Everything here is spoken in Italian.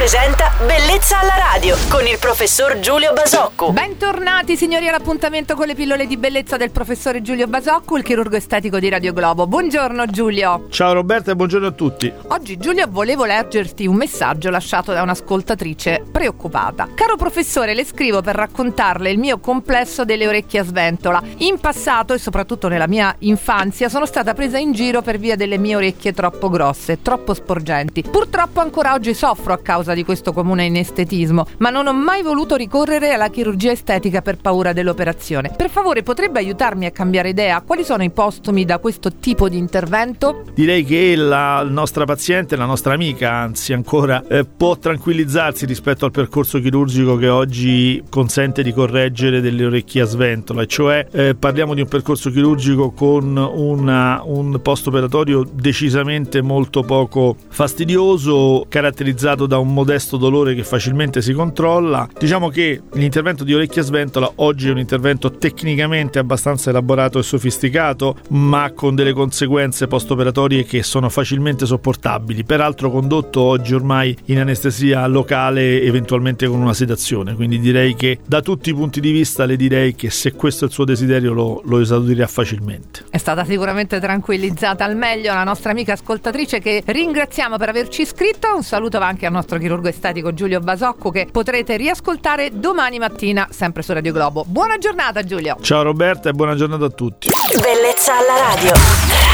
presenta Bellezza alla radio con il professor Giulio Basocco. Bentornati signori all'appuntamento con le pillole di bellezza del professore Giulio Basocco, il chirurgo estetico di Radio Globo. Buongiorno Giulio. Ciao Roberta e buongiorno a tutti. Oggi Giulio volevo leggerti un messaggio lasciato da un'ascoltatrice preoccupata. Caro professore, le scrivo per raccontarle il mio complesso delle orecchie a sventola. In passato e soprattutto nella mia infanzia sono stata presa in giro per via delle mie orecchie troppo grosse, troppo sporgenti. Purtroppo ancora oggi soffro a causa di questo comune inestetismo, ma non ho mai voluto ricorrere alla chirurgia estetica per paura dell'operazione. Per favore, potrebbe aiutarmi a cambiare idea? Quali sono i postumi da questo tipo di intervento? Direi che la nostra paziente, la nostra amica, anzi ancora, può tranquillizzarsi rispetto al percorso chirurgico che oggi consente di correggere delle orecchie a sventola, cioè parliamo di un percorso chirurgico con un post-operatorio decisamente molto poco fastidioso, caratterizzato da un modesto dolore che facilmente si controlla. Diciamo che l'intervento di orecchie a sventola oggi è un intervento tecnicamente abbastanza elaborato e sofisticato, ma con delle conseguenze post-operatorie che sono facilmente sopportabili, peraltro condotto oggi ormai in anestesia locale, eventualmente con una sedazione. Quindi direi che da tutti i punti di vista le direi che se questo è il suo desiderio lo esaudirà facilmente. È stata sicuramente tranquillizzata al meglio la nostra amica ascoltatrice, che ringraziamo per averci iscritto. Un saluto va anche al nostro chirurgo estetico Giulio Basocco, che potrete riascoltare domani mattina sempre su Radio Globo. Buona giornata Giulio. Ciao Roberta e buona giornata a tutti. Bellezza alla radio.